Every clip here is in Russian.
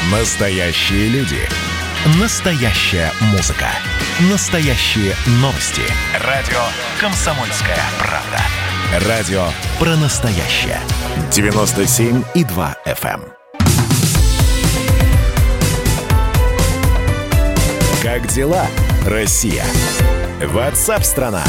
Настоящие люди. Настоящая музыка. Настоящие новости. Радио «Комсомольская правда». Радио про настоящее. 97,2 FM. Как дела, Россия? WhatsApp-страна.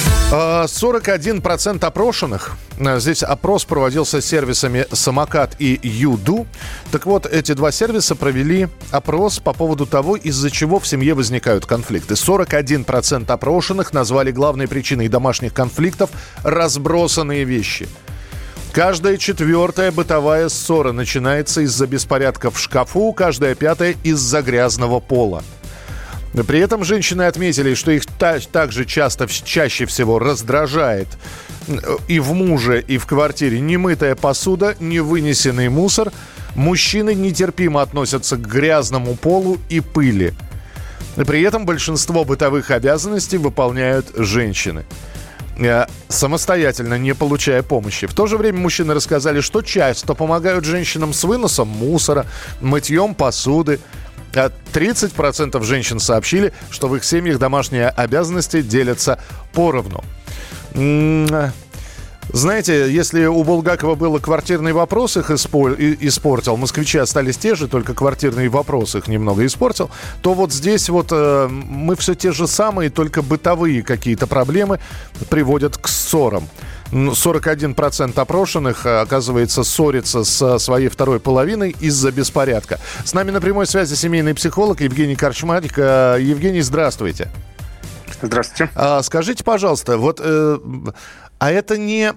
41% опрошенных, здесь опрос проводился сервисами «Самокат» и «Юду». Так вот, эти два сервиса провели опрос по поводу того, из-за чего в семье возникают конфликты. 41% опрошенных назвали главной причиной домашних конфликтов разбросанные вещи. Каждая четвертая бытовая ссора начинается из-за беспорядка в шкафу, каждая пятая из-за грязного пола. При этом женщины отметили, что их также чаще всего раздражает и в муже, и в квартире немытая посуда, невынесенный мусор. Мужчины нетерпимо относятся к грязному полу и пыли. При этом большинство бытовых обязанностей выполняют женщины, самостоятельно, не получая помощи. В то же время мужчины рассказали, что часто помогают женщинам с выносом мусора, мытьем посуды. 30% женщин сообщили, что в их семьях домашние обязанности делятся поровну. Знаете, если у Булгакова было квартирный вопрос, их испортил, москвичи остались те же, только квартирный вопрос их немного испортил, то вот здесь вот мы все те же самые, только бытовые какие-то проблемы приводят к ссорам. 41% опрошенных, оказывается, ссорится со своей второй половиной из-за беспорядка. С нами на прямой связи семейный психолог Евгений Корчмарик. Евгений, здравствуйте. Здравствуйте. Скажите, пожалуйста, вот... А это не...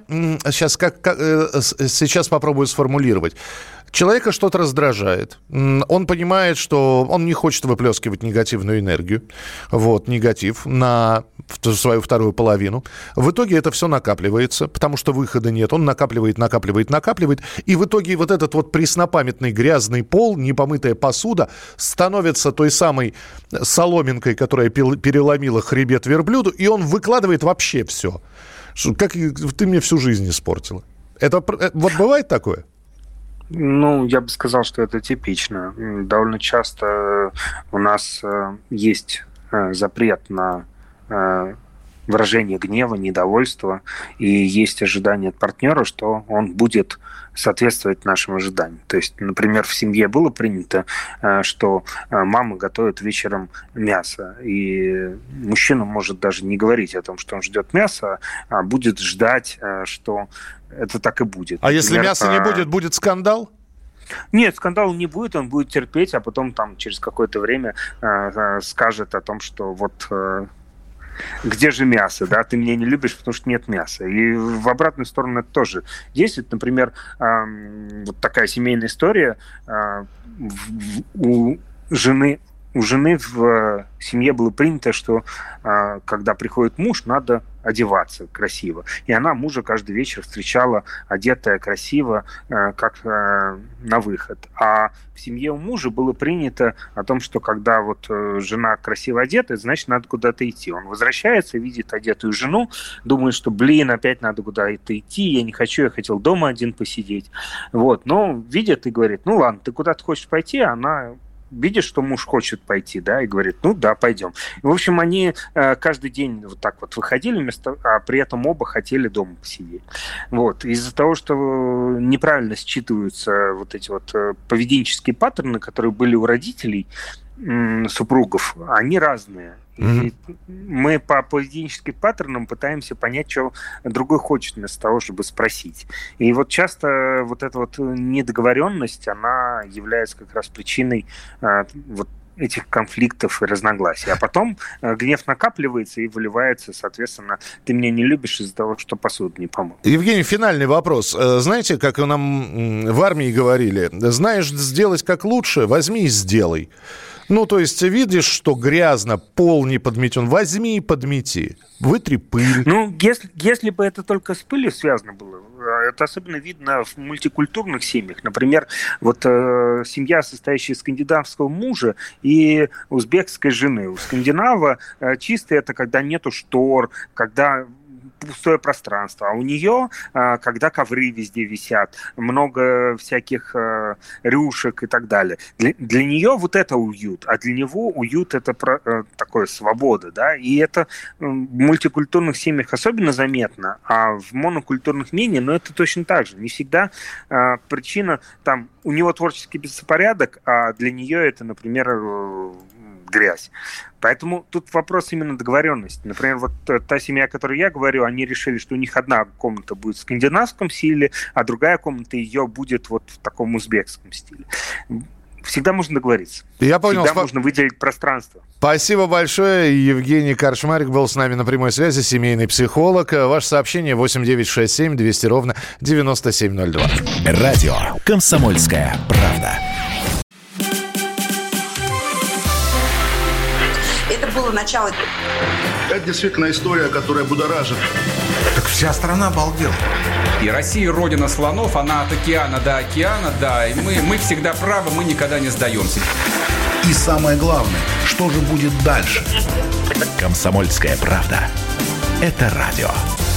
Сейчас попробую сформулировать. Человека что-то раздражает. Он понимает, что он не хочет выплескивать негативную энергию. Вот, негатив на свою вторую половину. В итоге это все накапливается, потому что выхода нет. Он накапливает. И в итоге вот этот вот преснопамятный грязный пол, непомытая посуда становится той самой соломинкой, которая переломила хребет верблюду, и он выкладывает вообще все. Как ты мне всю жизнь испортила. Это вот бывает такое? Ну, я бы сказал, что это типично. Довольно часто у нас есть запрет на выражение гнева, недовольства, и есть ожидание от партнера, что он будет соответствовать нашим ожиданиям. То есть, например, в семье было принято, что мама готовит вечером мясо, и мужчина может даже не говорить о том, что он ждет мяса, а будет ждать, что это так и будет. А если мяса не будет, будет скандал? Нет, скандала не будет, он будет терпеть, а потом там через какое-то время скажет о том, что вот... Где же мясо, да? Ты меня не любишь, потому что нет мяса. И в обратную сторону это тоже действует. Например, вот такая семейная история. У жены в семье было принято, что когда приходит муж, надо одеваться красиво. И она мужа каждый вечер встречала одетая красиво, как на выход. А в семье у мужа было принято о том, что когда вот жена красиво одета, значит, надо куда-то идти. Он возвращается, видит одетую жену, думает, что, опять надо куда-то идти, я не хочу, я хотел дома один посидеть. Вот. Но видит и говорит, ну ладно, ты куда-то хочешь пойти, она... Видишь, что муж хочет пойти, да, и говорит, ну да, пойдем. В общем, они каждый день вот так вот выходили, а при этом оба хотели дома посидеть. Вот. Из-за того, что неправильно считываются вот эти вот поведенческие паттерны, которые были у родителей, супругов, они разные. И мы по поведенческим паттернам пытаемся понять, что другой хочет, вместо того, чтобы спросить. И вот часто вот эта вот недоговоренность, она является как раз причиной вот этих конфликтов и разногласий. А потом гнев накапливается и выливается, соответственно, ты меня не любишь из-за того, что посуду не помыл. Евгений, финальный вопрос. Знаете, как нам в армии говорили, знаешь сделать как лучше, возьми и сделай. Ну, то есть, видишь, что грязно, пол не подметен, возьми и подмети, вытри пыль. Ну, если бы это только с пылью связано было, это особенно видно в мультикультурных семьях. Например, вот семья, состоящая из скандинавского мужа и узбекской жены. У скандинава чистый — это когда нету штор, когда пустое пространство. А у нее, когда ковры везде висят, много всяких рюшек и так далее. Для нее вот это уют, а для него уют это такое свобода, да, и это в мультикультурных семьях особенно заметно, а в монокультурных менее, но это точно так же. Не всегда причина там, у него творческий беспорядок, а для нее это, например, грязь. Поэтому тут вопрос именно договоренности. Например, вот та семья, о которой я говорю, они решили, что у них одна комната будет в скандинавском стиле, а другая комната ее будет вот в таком узбекском стиле. Всегда можно договориться. Я понял. Всегда можно выделить пространство. Спасибо большое. Евгений Корчмарик был с нами на прямой связи, семейный психолог. Ваше сообщение 8967 200 ровно 9702. Радио «Комсомольская правда». Это было начало. Это действительно история, которая будоражит. Так вся страна обалдела. И Россия родина слонов, она от океана до океана, да. И мы всегда правы, мы никогда не сдаемся. И самое главное, что же будет дальше? «Комсомольская правда». Это радио.